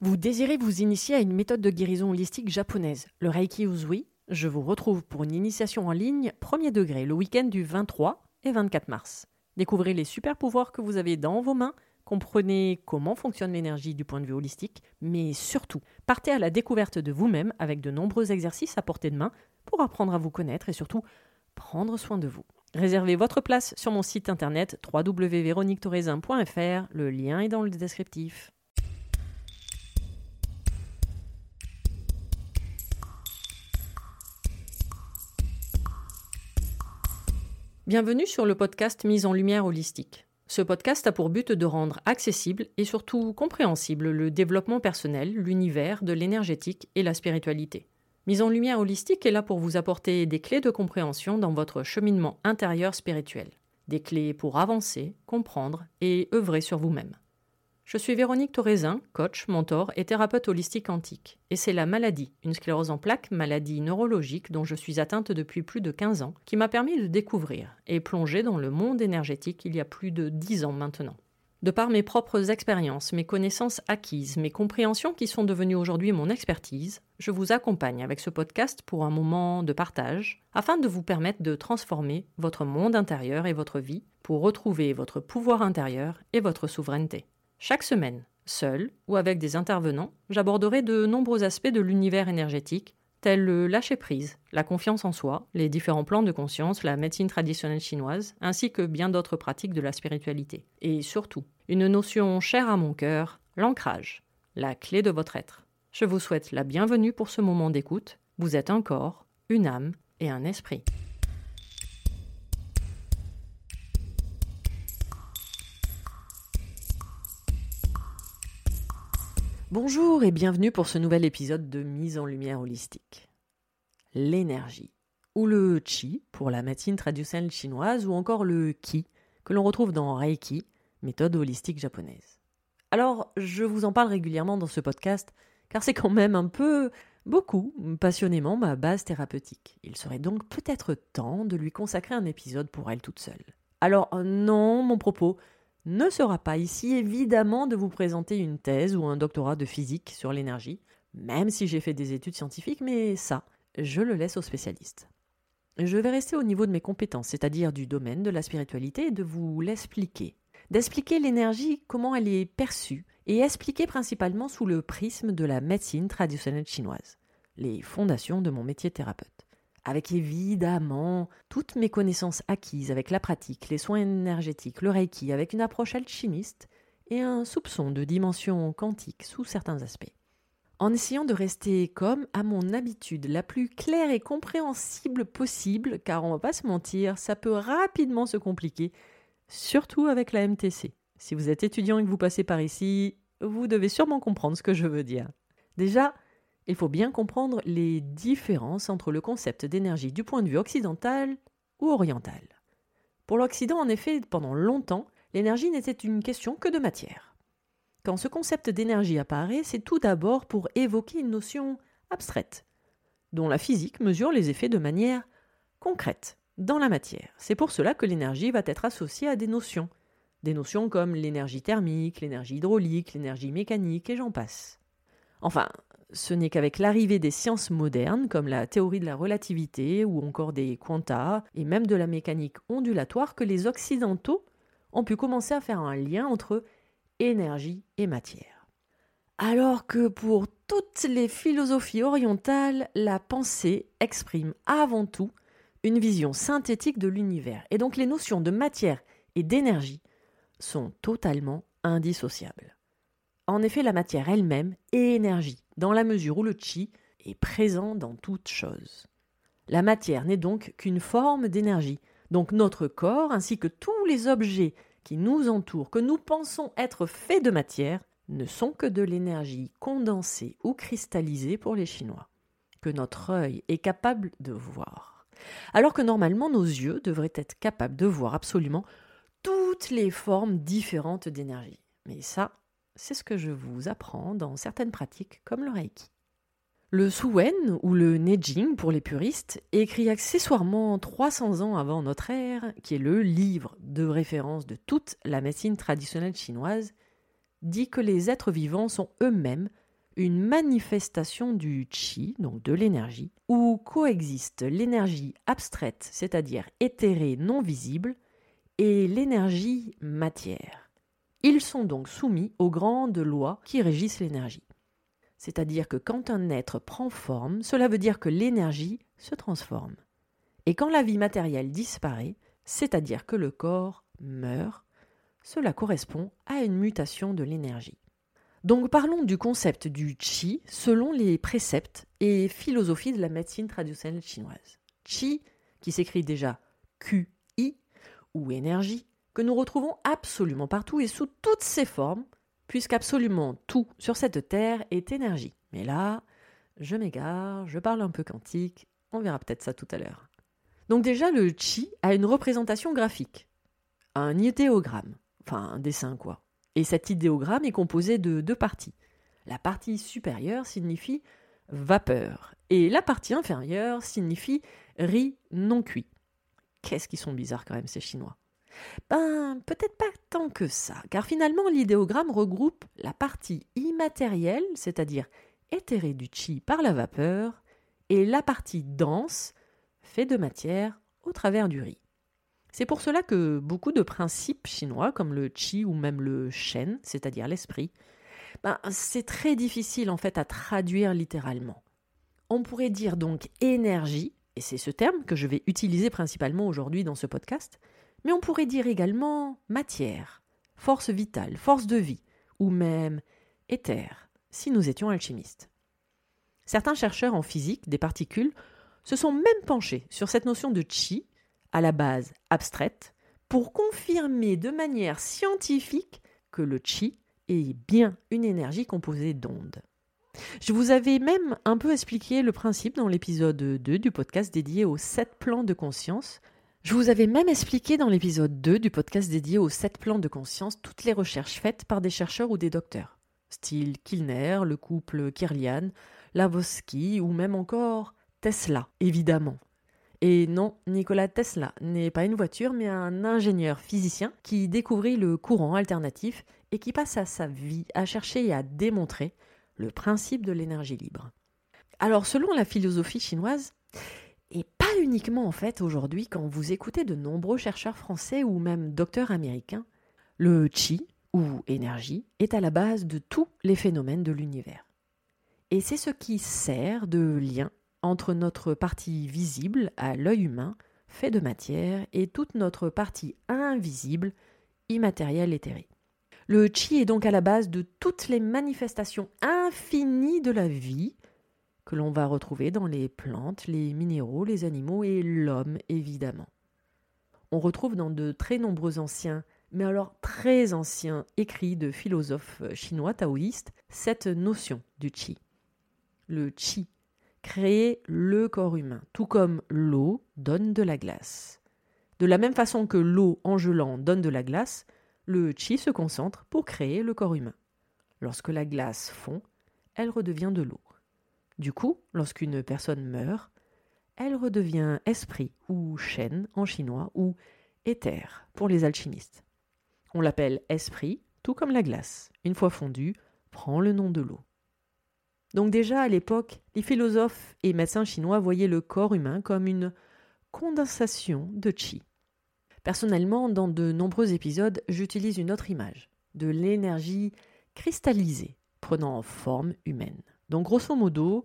Vous désirez vous initier à une méthode de guérison holistique japonaise, le Reiki Usui? Je vous retrouve pour une initiation en ligne premier degré le week-end du 23 et 24 mars. Découvrez les super pouvoirs que vous avez dans vos mains, comprenez comment fonctionne l'énergie du point de vue holistique, mais surtout, partez à la découverte de vous-même avec de nombreux exercices à portée de main pour apprendre à vous connaître et surtout prendre soin de vous. Réservez votre place sur mon site internet www.veroniquetorezin.fr, le lien est dans le descriptif. Bienvenue sur le podcast Mise en lumière holistique. Ce podcast a pour but de rendre accessible et surtout compréhensible le développement personnel, l'univers de l'énergétique et la spiritualité. Mise en lumière holistique est là pour vous apporter des clés de compréhension dans votre cheminement intérieur spirituel. Des clés pour avancer, comprendre et œuvrer sur vous-même. Je suis Véronique Torezin, coach, mentor et thérapeute holistique quantique. Et c'est la maladie, une sclérose en plaques, maladie neurologique dont je suis atteinte depuis plus de 15 ans, qui m'a permis de découvrir et plonger dans le monde énergétique il y a plus de 10 ans maintenant. De par mes propres expériences, mes connaissances acquises, mes compréhensions qui sont devenues aujourd'hui mon expertise, je vous accompagne avec ce podcast pour un moment de partage, afin de vous permettre de transformer votre monde intérieur et votre vie pour retrouver votre pouvoir intérieur et votre souveraineté. Chaque semaine, seul ou avec des intervenants, j'aborderai de nombreux aspects de l'univers énergétique, tels le lâcher-prise, la confiance en soi, les différents plans de conscience, la médecine traditionnelle chinoise, ainsi que bien d'autres pratiques de la spiritualité. Et surtout, une notion chère à mon cœur, l'ancrage, la clé de votre être. Je vous souhaite la bienvenue pour ce moment d'écoute. Vous êtes un corps, une âme et un esprit. Bonjour et bienvenue pour ce nouvel épisode de Mise en lumière holistique. L'énergie, ou le Qi pour la médecine traditionnelle chinoise, ou encore le Qi, que l'on retrouve dans Reiki, méthode holistique japonaise. Alors, je vous en parle régulièrement dans ce podcast, car c'est quand même beaucoup, passionnément ma base thérapeutique. Il serait donc peut-être temps de lui consacrer un épisode pour elle toute seule. Alors non, mon propos ne sera pas ici évidemment de vous présenter une thèse ou un doctorat de physique sur l'énergie, même si j'ai fait des études scientifiques, mais ça, je le laisse aux spécialistes. Je vais rester au niveau de mes compétences, c'est-à-dire du domaine de la spiritualité, et de vous l'expliquer. D'expliquer l'énergie, comment elle est perçue, et expliquer principalement sous le prisme de la médecine traditionnelle chinoise, les fondations de mon métier de thérapeute. Avec évidemment toutes mes connaissances acquises avec la pratique, les soins énergétiques, le Reiki, avec une approche alchimiste et un soupçon de dimension quantique sous certains aspects. En essayant de rester comme à mon habitude la plus claire et compréhensible possible, car on va pas se mentir, ça peut rapidement se compliquer, surtout avec la MTC. Si vous êtes étudiant et que vous passez par ici, vous devez sûrement comprendre ce que je veux dire. Déjà, il faut bien comprendre les différences entre le concept d'énergie du point de vue occidental ou oriental. Pour l'Occident, en effet, pendant longtemps, l'énergie n'était une question que de matière. Quand ce concept d'énergie apparaît, c'est tout d'abord pour évoquer une notion abstraite, dont la physique mesure les effets de manière concrète, dans la matière. C'est pour cela que l'énergie va être associée à des notions comme l'énergie thermique, l'énergie hydraulique, l'énergie mécanique, et j'en passe. Enfin, ce n'est qu'avec l'arrivée des sciences modernes, comme la théorie de la relativité ou encore des quanta, et même de la mécanique ondulatoire, que les Occidentaux ont pu commencer à faire un lien entre énergie et matière. Alors que pour toutes les philosophies orientales, la pensée exprime avant tout une vision synthétique de l'univers, et donc les notions de matière et d'énergie sont totalement indissociables. En effet, la matière elle-même est énergie, dans la mesure où le Qi est présent dans toute chose. La matière n'est donc qu'une forme d'énergie, donc notre corps ainsi que tous les objets qui nous entourent, que nous pensons être faits de matière, ne sont que de l'énergie condensée ou cristallisée pour les Chinois, que notre œil est capable de voir. Alors que normalement nos yeux devraient être capables de voir absolument toutes les formes différentes d'énergie. Mais ça, c'est ce que je vous apprends dans certaines pratiques comme le Reiki. Le Suwen, ou le Neijing pour les puristes, écrit accessoirement 300 ans avant notre ère, qui est le livre de référence de toute la médecine traditionnelle chinoise, dit que les êtres vivants sont eux-mêmes une manifestation du chi, donc de l'énergie, où coexistent l'énergie abstraite, c'est-à-dire éthérée non visible, et l'énergie matière. Ils sont donc soumis aux grandes lois qui régissent l'énergie. C'est-à-dire que quand un être prend forme, cela veut dire que l'énergie se transforme. Et quand la vie matérielle disparaît, c'est-à-dire que le corps meurt, cela correspond à une mutation de l'énergie. Donc parlons du concept du Qi selon les préceptes et philosophies de la médecine traditionnelle chinoise. Qi, qui s'écrit déjà Qi, ou énergie, que nous retrouvons absolument partout et sous toutes ses formes, puisqu'absolument tout sur cette terre est énergie. Mais là, je m'égare, je parle un peu quantique, on verra peut-être ça tout à l'heure. Donc déjà, le Qi a une représentation graphique, un idéogramme, enfin un dessin quoi. Et cet idéogramme est composé de 2 parties. La partie supérieure signifie vapeur et la partie inférieure signifie riz non cuit. Qu'est-ce qu'ils sont bizarres quand même ces Chinois. Peut-être pas tant que ça, car finalement l'idéogramme regroupe la partie immatérielle, c'est-à-dire éthérée du Qi par la vapeur, et la partie dense, faite de matière au travers du riz. C'est pour cela que beaucoup de principes chinois, comme le Qi ou même le Shen, c'est-à-dire l'esprit, c'est très difficile en fait à traduire littéralement. On pourrait dire donc énergie, et c'est ce terme que je vais utiliser principalement aujourd'hui dans ce podcast, mais on pourrait dire également matière, force vitale, force de vie, ou même éther, si nous étions alchimistes. Certains chercheurs en physique des particules se sont même penchés sur cette notion de Qi, à la base abstraite, pour confirmer de manière scientifique que le Qi est bien une énergie composée d'ondes. Je vous avais même un peu expliqué le principe dans l'épisode 2 du podcast dédié aux 7 plans de conscience. Je vous avais même expliqué dans l'épisode 2 du podcast dédié aux 7 plans de conscience toutes les recherches faites par des chercheurs ou des docteurs, style Kilner, le couple Kirlian, Lavorsky ou même encore Tesla, évidemment. Et non, Nikola Tesla n'est pas une voiture, mais un ingénieur physicien qui découvrit le courant alternatif et qui passa sa vie à chercher et à démontrer le principe de l'énergie libre. Alors, selon la philosophie chinoise, et pas uniquement en fait aujourd'hui quand vous écoutez de nombreux chercheurs français ou même docteurs américains, le Qi, ou énergie, est à la base de tous les phénomènes de l'univers. Et c'est ce qui sert de lien entre notre partie visible à l'œil humain, fait de matière, et toute notre partie invisible, immatérielle éthérée. Le Qi est donc à la base de toutes les manifestations infinies de la vie que l'on va retrouver dans les plantes, les minéraux, les animaux et l'homme, évidemment. On retrouve dans de très nombreux anciens, mais alors très anciens écrits de philosophes chinois taoïstes, cette notion du Qi. Le Qi crée le corps humain, tout comme l'eau donne de la glace. De la même façon que l'eau en gelant donne de la glace, le Qi se concentre pour créer le corps humain. Lorsque la glace fond, elle redevient de l'eau. Du coup, lorsqu'une personne meurt, elle redevient esprit ou shen en chinois ou éther pour les alchimistes. On l'appelle esprit, tout comme la glace. Une fois fondue, prend le nom de l'eau. Donc déjà à l'époque, les philosophes et médecins chinois voyaient le corps humain comme une condensation de Qi. Personnellement, dans de nombreux épisodes, j'utilise une autre image, de l'énergie cristallisée, prenant forme humaine. Donc grosso modo,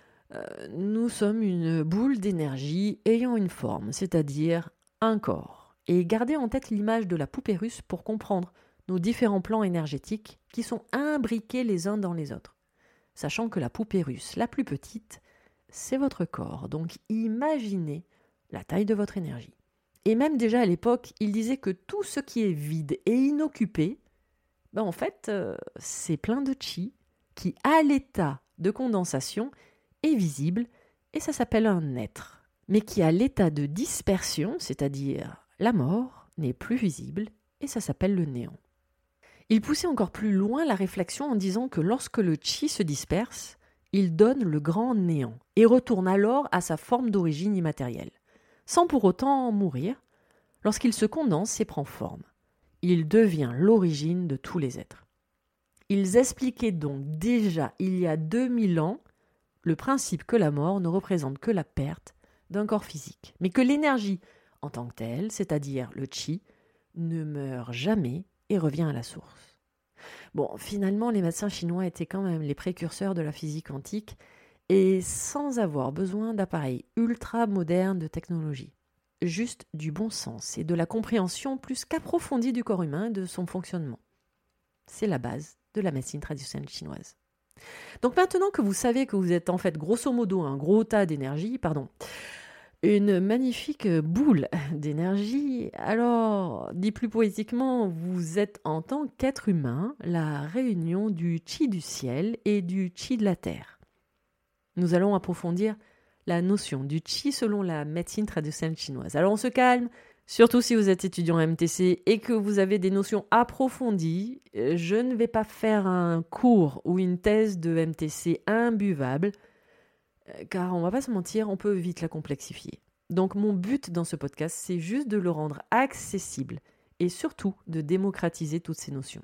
nous sommes une boule d'énergie ayant une forme, c'est-à-dire un corps. Et gardez en tête l'image de la poupée russe pour comprendre nos différents plans énergétiques qui sont imbriqués les uns dans les autres. Sachant que la poupée russe la plus petite, c'est votre corps. Donc imaginez la taille de votre énergie. Et même déjà à l'époque, il disait que tout ce qui est vide et inoccupé, en fait, c'est plein de Qi qui, à l'état de condensation, est visible et ça s'appelle un être. Mais qui, à l'état de dispersion, c'est-à-dire la mort, n'est plus visible et ça s'appelle le néant. Il poussait encore plus loin la réflexion en disant que lorsque le Qi se disperse, il donne le grand néant et retourne alors à sa forme d'origine immatérielle, sans pour autant mourir. Lorsqu'il se condense et prend forme, il devient l'origine de tous les êtres. Ils expliquaient donc déjà il y a 2000 ans le principe que la mort ne représente que la perte d'un corps physique, mais que l'énergie en tant que telle, c'est-à-dire le chi, ne meurt jamais et revient à la source. Bon, finalement, les médecins chinois étaient quand même les précurseurs de la physique quantique et sans avoir besoin d'appareils ultra modernes de technologie. Juste du bon sens et de la compréhension plus qu'approfondie du corps humain et de son fonctionnement. C'est la base de la médecine traditionnelle chinoise. Donc maintenant que vous savez que vous êtes en fait grosso modo un gros tas d'énergie, une magnifique boule d'énergie, alors, dit plus poétiquement, vous êtes en tant qu'être humain la réunion du chi du ciel et du chi de la terre. Nous allons approfondir la notion du chi selon la médecine traditionnelle chinoise. Alors on se calme, surtout si vous êtes étudiant en MTC et que vous avez des notions approfondies. Je ne vais pas faire un cours ou une thèse de MTC imbuvable, car on va pas se mentir, on peut vite la complexifier. Donc mon but dans ce podcast, c'est juste de le rendre accessible et surtout de démocratiser toutes ces notions.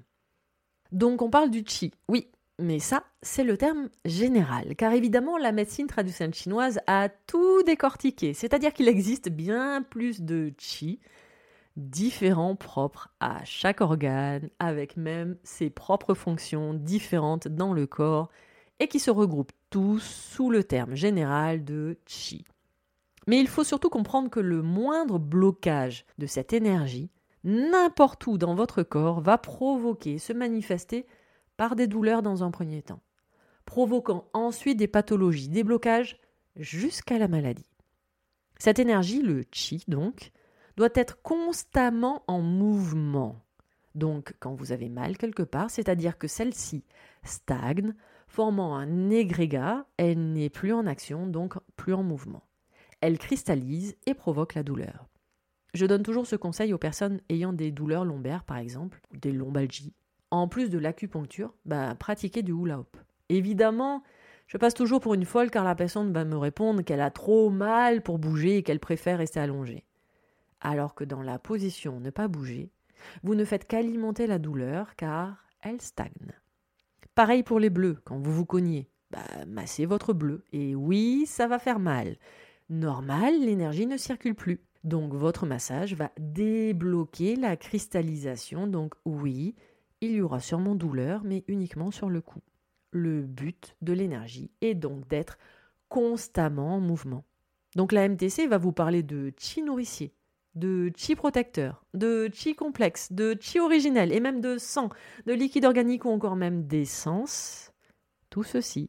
Donc on parle du chi, oui, mais ça, c'est le terme général, car évidemment la médecine traditionnelle chinoise a tout décortiqué, c'est-à-dire qu'il existe bien plus de chi, différents propres à chaque organe, avec même ses propres fonctions différentes dans le corps, et qui se regroupent tous sous le terme général de chi. Mais il faut surtout comprendre que le moindre blocage de cette énergie, n'importe où dans votre corps, va provoquer, se manifester par des douleurs dans un premier temps, provoquant ensuite des pathologies, des blocages, jusqu'à la maladie. Cette énergie, le chi donc, doit être constamment en mouvement. Donc, quand vous avez mal quelque part, c'est-à-dire que celle-ci stagne, formant un égrégat, elle n'est plus en action, donc plus en mouvement. Elle cristallise et provoque la douleur. Je donne toujours ce conseil aux personnes ayant des douleurs lombaires, par exemple, ou des lombalgies. En plus de l'acupuncture, pratiquez du hula hoop. Évidemment, je passe toujours pour une folle car la personne va me répondre qu'elle a trop mal pour bouger et qu'elle préfère rester allongée. Alors que dans la position ne pas bouger, vous ne faites qu'alimenter la douleur car elle stagne. Pareil pour les bleus, quand vous vous cognez, massez votre bleu. Et oui, ça va faire mal. Normal, l'énergie ne circule plus. Donc votre massage va débloquer la cristallisation. Donc oui, il y aura sûrement douleur, mais uniquement sur le coup. Le but de l'énergie est donc d'être constamment en mouvement. Donc la MTC va vous parler de chi nourricier, de chi protecteur, de chi complexe, de chi originel et même de sang, de liquide organique ou encore même d'essence. Tout ceci,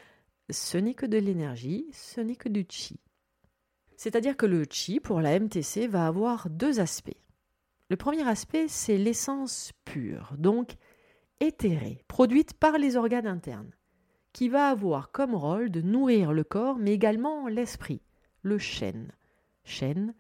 ce n'est que de l'énergie, ce n'est que du chi. C'est-à-dire que le chi, pour la MTC, va avoir deux aspects. Le premier aspect, c'est l'essence pure, donc éthérée, produite par les organes internes, qui va avoir comme rôle de nourrir le corps, mais également l'esprit, le shen. Shen,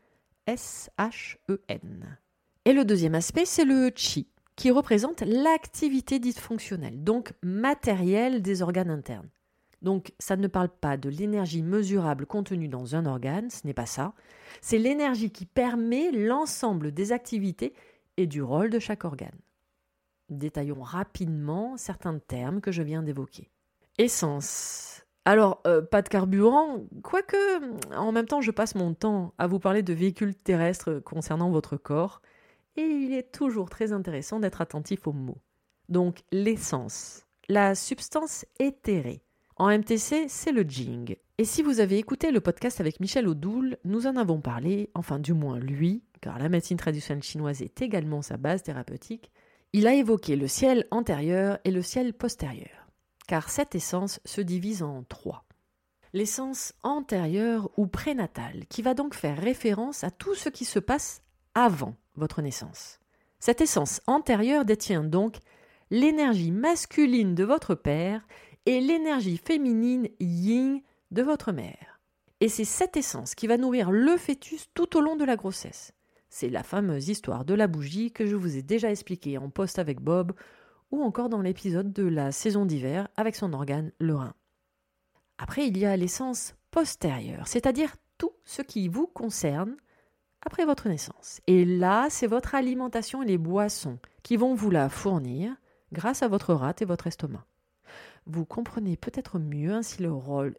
S-H-E-N. Et le deuxième aspect, c'est le chi, qui représente l'activité dite fonctionnelle, donc matérielle des organes internes. Donc, ça ne parle pas de l'énergie mesurable contenue dans un organe, ce n'est pas ça. C'est l'énergie qui permet l'ensemble des activités et du rôle de chaque organe. Détaillons rapidement certains termes que je viens d'évoquer. Essence. Alors, pas de carburant, quoique, en même temps, je passe mon temps à vous parler de véhicules terrestres concernant votre corps, et il est toujours très intéressant d'être attentif aux mots. Donc, l'essence, la substance éthérée. En MTC, c'est le Jing. Et si vous avez écouté le podcast avec Michel Odoul, nous en avons parlé, enfin du moins lui, car la médecine traditionnelle chinoise est également sa base thérapeutique, il a évoqué le ciel antérieur et le ciel postérieur, car cette essence se divise en trois. L'essence antérieure ou prénatale, qui va donc faire référence à tout ce qui se passe avant votre naissance. Cette essence antérieure détient donc l'énergie masculine de votre père et l'énergie féminine yin de votre mère. Et c'est cette essence qui va nourrir le fœtus tout au long de la grossesse. C'est la fameuse histoire de la bougie que je vous ai déjà expliquée en post avec Bob ou encore dans l'épisode de la saison d'hiver avec son organe, le rein. Après, il y a l'essence postérieure, c'est-à-dire tout ce qui vous concerne après votre naissance. Et là, c'est votre alimentation et les boissons qui vont vous la fournir, grâce à votre rate et votre estomac. Vous comprenez peut-être mieux ainsi le rôle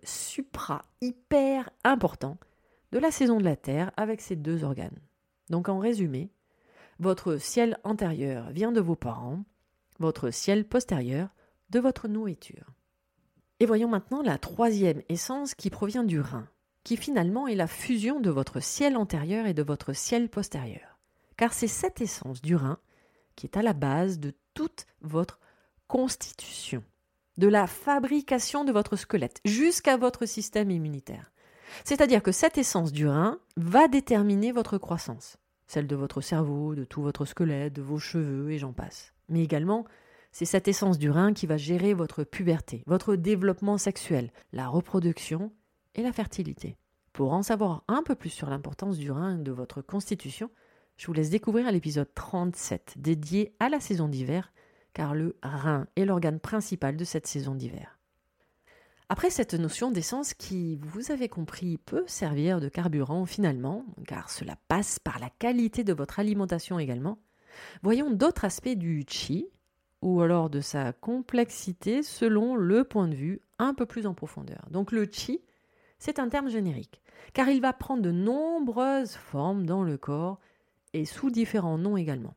hyper important de la saison de la Terre avec ces deux organes. Donc en résumé, votre ciel antérieur vient de vos parents, votre ciel postérieur de votre nourriture. Et voyons maintenant la troisième essence qui provient du rein, qui finalement est la fusion de votre ciel antérieur et de votre ciel postérieur. Car c'est cette essence du rein qui est à la base de toute votre constitution, de la fabrication de votre squelette jusqu'à votre système immunitaire. C'est-à-dire que cette essence du rein va déterminer votre croissance, celle de votre cerveau, de tout votre squelette, de vos cheveux et j'en passe. Mais également, c'est cette essence du rein qui va gérer votre puberté, votre développement sexuel, la reproduction et la fertilité. Pour en savoir un peu plus sur l'importance du rein et de votre constitution, je vous laisse découvrir l'épisode 37 dédié à la saison d'hiver, car le rein est l'organe principal de cette saison d'hiver. Après cette notion d'essence qui, vous avez compris, peut servir de carburant finalement, car cela passe par la qualité de votre alimentation également, voyons d'autres aspects du qi, ou alors de sa complexité selon le point de vue un peu plus en profondeur. Donc le qi, c'est un terme générique, car il va prendre de nombreuses formes dans le corps et sous différents noms également.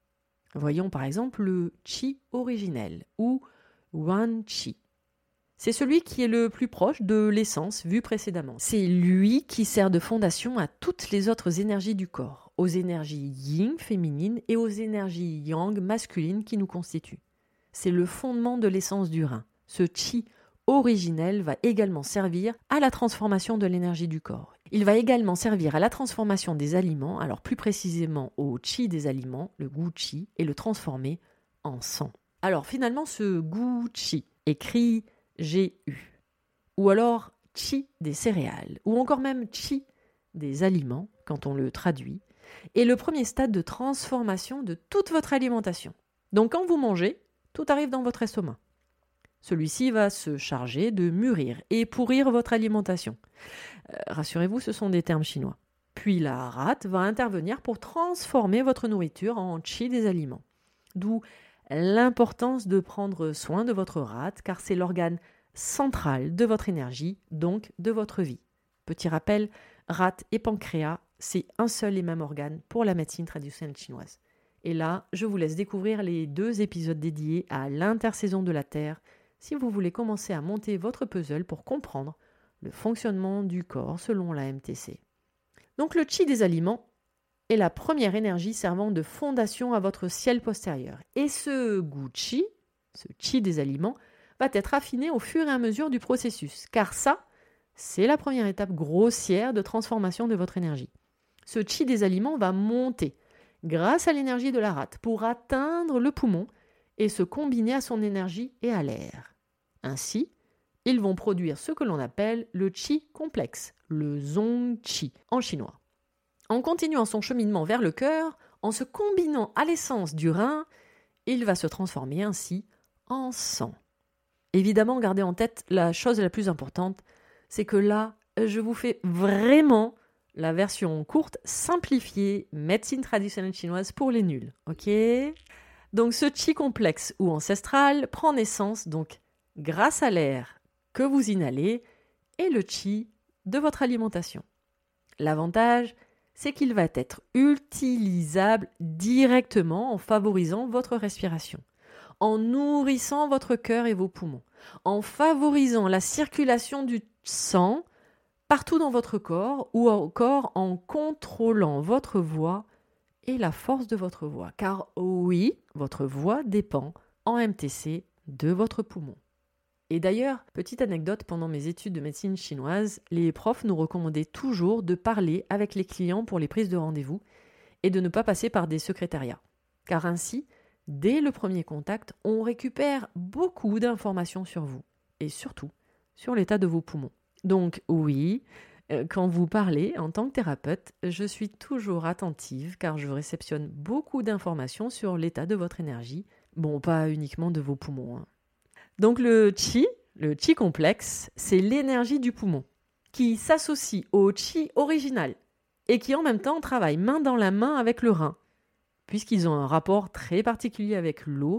Voyons par exemple le qi originel, ou Yuan Qi. C'est celui qui est le plus proche de l'essence vue précédemment. C'est lui qui sert de fondation à toutes les autres énergies du corps, aux énergies yin féminines et aux énergies yang masculines qui nous constituent. C'est le fondement de l'essence du rein. Ce qi originel va également servir à la transformation de l'énergie du corps. Il va également servir à la transformation des aliments, alors plus précisément au qi des aliments, le gu qi, et le transformer en sang. Alors finalement, ce gu qi, écrit G-U, ou alors qi des céréales, ou encore même qi des aliments, quand on le traduit, est le premier stade de transformation de toute votre alimentation. Donc quand vous mangez, tout arrive dans votre estomac. Celui-ci va se charger de mûrir et pourrir votre alimentation. Rassurez-vous, ce sont des termes chinois. Puis la rate va intervenir pour transformer votre nourriture en qi des aliments. D'où l'importance de prendre soin de votre rate, car c'est l'organe central de votre énergie, donc de votre vie. Petit rappel, rate et pancréas, c'est un seul et même organe pour la médecine traditionnelle chinoise. Et là, je vous laisse découvrir les 2 épisodes dédiés à l'intersaison de la Terre, si vous voulez commencer à monter votre puzzle pour comprendre le fonctionnement du corps selon la MTC. Donc le qi des aliments est la première énergie servant de fondation à votre ciel postérieur. Et ce gu qi, ce qi des aliments, va être affiné au fur et à mesure du processus, car ça, c'est la première étape grossière de transformation de votre énergie. Ce qi des aliments va monter grâce à l'énergie de la rate pour atteindre le poumon et se combiner à son énergie et à l'air. Ainsi, ils vont produire ce que l'on appelle le qi complexe, le zong qi en chinois. En continuant son cheminement vers le cœur, en se combinant à l'essence du rein, il va se transformer ainsi en sang. Évidemment, gardez en tête la chose la plus importante, c'est que là, je vous fais vraiment la version courte, simplifiée, médecine traditionnelle chinoise pour les nuls, ok ? Donc ce qi complexe ou ancestral prend naissance donc grâce à l'air que vous inhalez et le qi de votre alimentation. L'avantage, c'est qu'il va être utilisable directement en favorisant votre respiration, en nourrissant votre cœur et vos poumons, en favorisant la circulation du sang partout dans votre corps ou encore en contrôlant votre voix et la force de votre voix. Car oui, votre voix dépend en MTC de votre poumon. Et d'ailleurs, petite anecdote, pendant mes études de médecine chinoise, les profs nous recommandaient toujours de parler avec les clients pour les prises de rendez-vous et de ne pas passer par des secrétariats. Car ainsi, dès le premier contact, on récupère beaucoup d'informations sur vous et surtout sur l'état de vos poumons. Donc oui, quand vous parlez en tant que thérapeute, je suis toujours attentive car je réceptionne beaucoup d'informations sur l'état de votre énergie. Bon, pas uniquement de vos poumons, hein. Donc le qi complexe, c'est l'énergie du poumon qui s'associe au qi original et qui en même temps travaille main dans la main avec le rein, puisqu'ils ont un rapport très particulier avec l'eau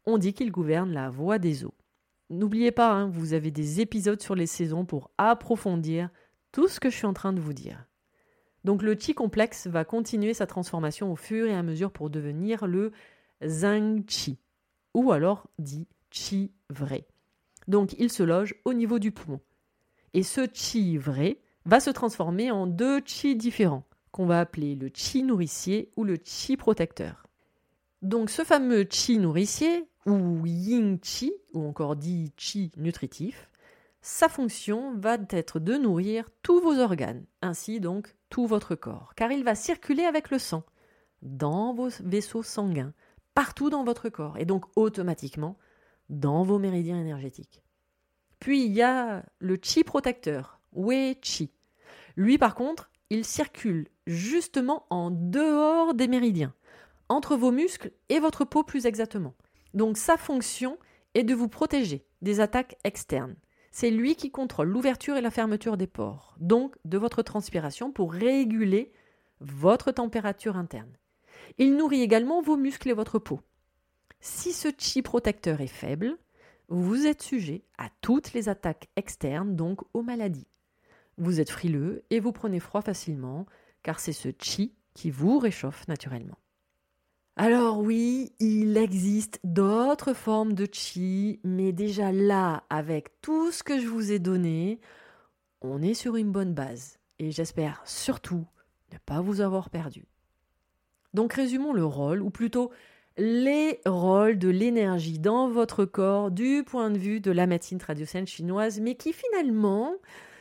On dit qu'il gouverne la voie des eaux. N'oubliez pas, vous avez des épisodes sur les saisons pour approfondir tout ce que je suis en train de vous dire. Donc le Qi complexe va continuer sa transformation au fur et à mesure pour devenir le Zhang Qi, ou alors dit Qi vrai. Donc il se loge au niveau du poumon. Et ce Qi vrai va se transformer en 2 Qi différents, qu'on va appeler le Qi nourricier ou le Qi protecteur. Donc ce fameux Qi nourricier, ou Yin Qi, ou encore dit Qi nutritif, sa fonction va être de nourrir tous vos organes, ainsi donc tout votre corps, car il va circuler avec le sang, dans vos vaisseaux sanguins, partout dans votre corps, et donc automatiquement dans vos méridiens énergétiques. Puis il y a le Qi protecteur, Wei Qi. Lui par contre, il circule justement en dehors des méridiens, entre vos muscles et votre peau plus exactement. Donc sa fonction est de vous protéger des attaques externes. C'est lui qui contrôle l'ouverture et la fermeture des pores, donc de votre transpiration pour réguler votre température interne. Il nourrit également vos muscles et votre peau. Si ce Qi protecteur est faible, vous êtes sujet à toutes les attaques externes, donc aux maladies. Vous êtes frileux et vous prenez froid facilement, car c'est ce Qi qui vous réchauffe naturellement. Alors oui, il existe d'autres formes de Qi, mais déjà là, avec tout ce que je vous ai donné, on est sur une bonne base. Et j'espère surtout ne pas vous avoir perdu. Donc résumons le rôle, ou plutôt les rôles de l'énergie dans votre corps du point de vue de la médecine traditionnelle chinoise, mais qui finalement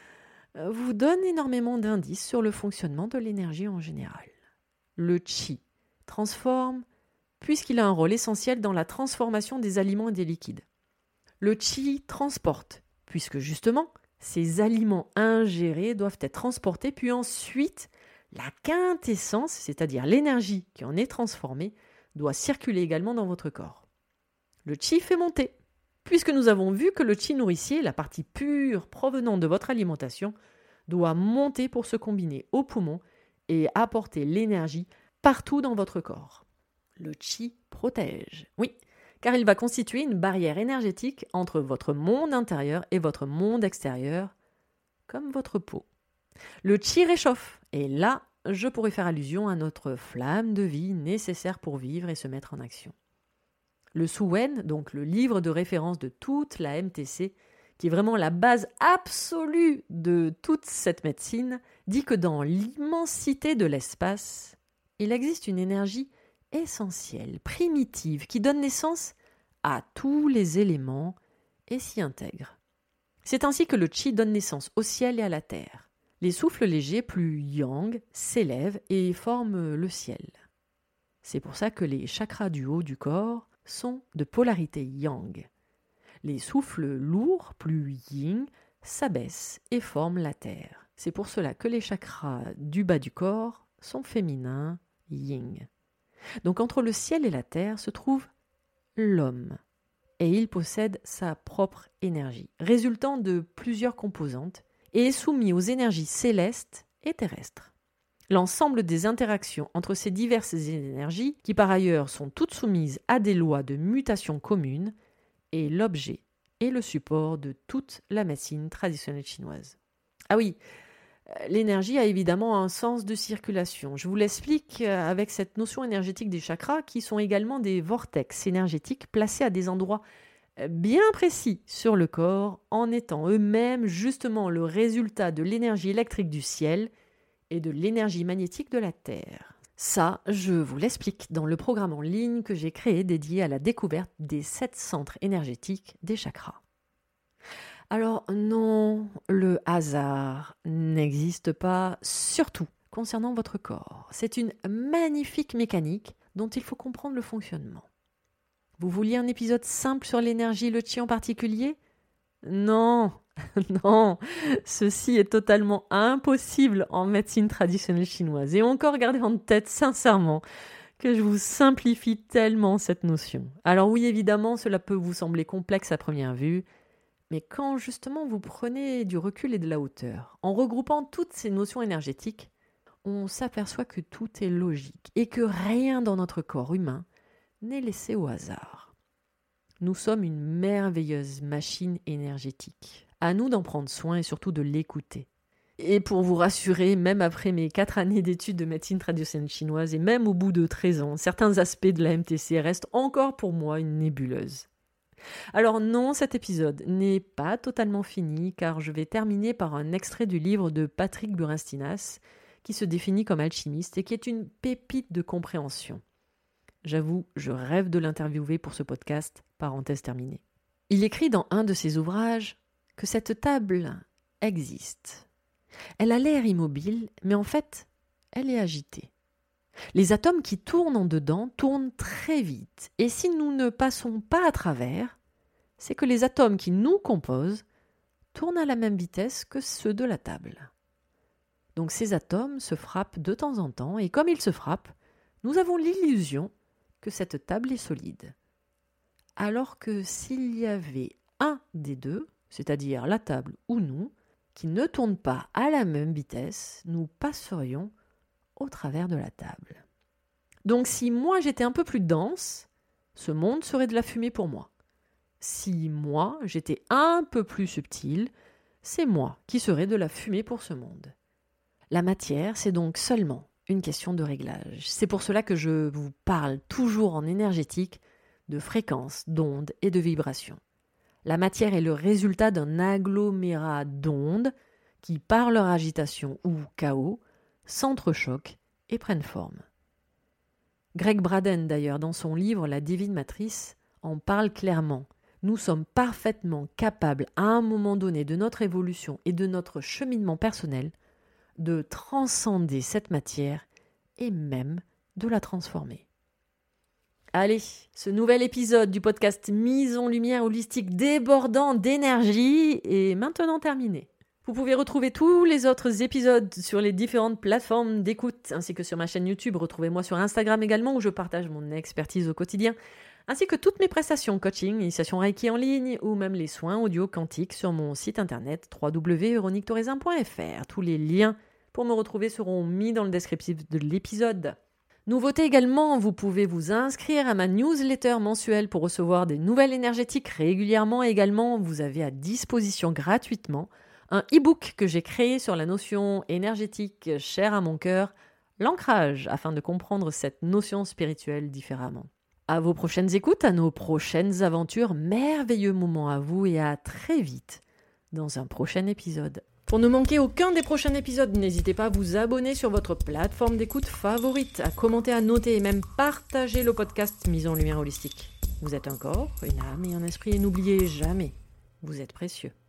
vous donne énormément d'indices sur le fonctionnement de l'énergie en général. Le Qi transforme, puisqu'il a un rôle essentiel dans la transformation des aliments et des liquides. Le Qi transporte, puisque justement, ces aliments ingérés doivent être transportés, puis ensuite, la quintessence, c'est-à-dire l'énergie qui en est transformée, doit circuler également dans votre corps. Le Qi fait monter, puisque nous avons vu que le Qi nourricier, la partie pure provenant de votre alimentation, doit monter pour se combiner aux poumons et apporter l'énergie partout dans votre corps. Le Qi protège, oui, car il va constituer une barrière énergétique entre votre monde intérieur et votre monde extérieur, comme votre peau. Le Qi réchauffe, et là, je pourrais faire allusion à notre flamme de vie nécessaire pour vivre et se mettre en action. Le Su Wen, donc le livre de référence de toute la MTC, qui est vraiment la base absolue de toute cette médecine, dit que dans l'immensité de l'espace, il existe une énergie essentielle, primitive, qui donne naissance à tous les éléments et s'y intègre. C'est ainsi que le Qi donne naissance au ciel et à la terre. Les souffles légers, plus yang, s'élèvent et forment le ciel. C'est pour ça que les chakras du haut du corps sont de polarité yang. Les souffles lourds, plus yin, s'abaissent et forment la terre. C'est pour cela que les chakras du bas du corps sont féminins, yin. Donc entre le ciel et la terre se trouve l'homme. Et il possède sa propre énergie, résultant de plusieurs composantes, et est soumis aux énergies célestes et terrestres. L'ensemble des interactions entre ces diverses énergies, qui par ailleurs sont toutes soumises à des lois de mutation communes, est l'objet et le support de toute la médecine traditionnelle chinoise. Ah oui, l'énergie a évidemment un sens de circulation. Je vous l'explique avec cette notion énergétique des chakras, qui sont également des vortex énergétiques placés à des endroits bien précis sur le corps, en étant eux-mêmes justement le résultat de l'énergie électrique du ciel et de l'énergie magnétique de la Terre. Ça, je vous l'explique dans le programme en ligne que j'ai créé dédié à la découverte des 7 centres énergétiques des chakras. Alors non, le hasard n'existe pas, surtout concernant votre corps. C'est une magnifique mécanique dont il faut comprendre le fonctionnement. Vous vouliez un épisode simple sur l'énergie et le Qi en particulier ? Non, non, ceci est totalement impossible en médecine traditionnelle chinoise. Et encore gardez en tête sincèrement que je vous simplifie tellement cette notion. Alors oui, évidemment, cela peut vous sembler complexe à première vue, mais quand justement vous prenez du recul et de la hauteur, en regroupant toutes ces notions énergétiques, on s'aperçoit que tout est logique et que rien dans notre corps humain n'est laissé au hasard. nous sommes une merveilleuse machine énergétique. À nous d'en prendre soin et surtout de l'écouter. Et pour vous rassurer, même après mes 4 années d'études de médecine traditionnelle chinoise et même au bout de 13 ans, certains aspects de la MTC restent encore pour moi une nébuleuse. Alors non, cet épisode n'est pas totalement fini car je vais terminer par un extrait du livre de Patrick Burinstinas qui se définit comme alchimiste et qui est une pépite de compréhension. J'avoue, je rêve de l'interviewer pour ce podcast, parenthèse terminée. Il écrit dans un de ses ouvrages que cette table existe. Elle a l'air immobile, mais en fait, elle est agitée. Les atomes qui tournent en dedans tournent très vite, et si nous ne passons pas à travers, c'est que les atomes qui nous composent tournent à la même vitesse que ceux de la table. Donc ces atomes se frappent de temps en temps, et comme ils se frappent, nous avons l'illusion que cette table est solide. Alors que s'il y avait un des deux, c'est-à-dire la table ou nous, qui ne tourne pas à la même vitesse, nous passerions au travers de la table. Donc si moi j'étais un peu plus dense, ce monde serait de la fumée pour moi. Si moi j'étais un peu plus subtil, c'est moi qui serais de la fumée pour ce monde. La matière, c'est donc seulement une question de réglage. C'est pour cela que je vous parle toujours en énergétique de fréquences, d'ondes et de vibrations. La matière est le résultat d'un agglomérat d'ondes qui, par leur agitation ou chaos, s'entrechoquent et prennent forme. Greg Braden, d'ailleurs, dans son livre « La divine matrice », en parle clairement. Nous sommes parfaitement capables, à un moment donné de notre évolution et de notre cheminement personnel, de transcender cette matière et même de la transformer. Allez, ce nouvel épisode du podcast Mise en lumière holistique débordant d'énergie est maintenant terminé. Vous pouvez retrouver tous les autres épisodes sur les différentes plateformes d'écoute, ainsi que sur ma chaîne YouTube. Retrouvez-moi sur Instagram également, où je partage mon expertise au quotidien, ainsi que toutes mes prestations coaching, initiation Reiki en ligne, ou même les soins audio quantiques sur mon site internet www.véroniquetoraisin.fr. Tous les liens pour me retrouver seront mis dans le descriptif de l'épisode. Nouveauté également, vous pouvez vous inscrire à ma newsletter mensuelle pour recevoir des nouvelles énergétiques régulièrement. Également, vous avez à disposition gratuitement un e-book que j'ai créé sur la notion énergétique chère à mon cœur, l'ancrage, afin de comprendre cette notion spirituelle différemment. À vos prochaines écoutes, à nos prochaines aventures, merveilleux moments à vous et à très vite dans un prochain épisode. Pour ne manquer aucun des prochains épisodes, n'hésitez pas à vous abonner sur votre plateforme d'écoute favorite, à commenter, à noter et même partager le podcast Mise en lumière holistique. Vous êtes un corps, une âme et un esprit et n'oubliez jamais, vous êtes précieux.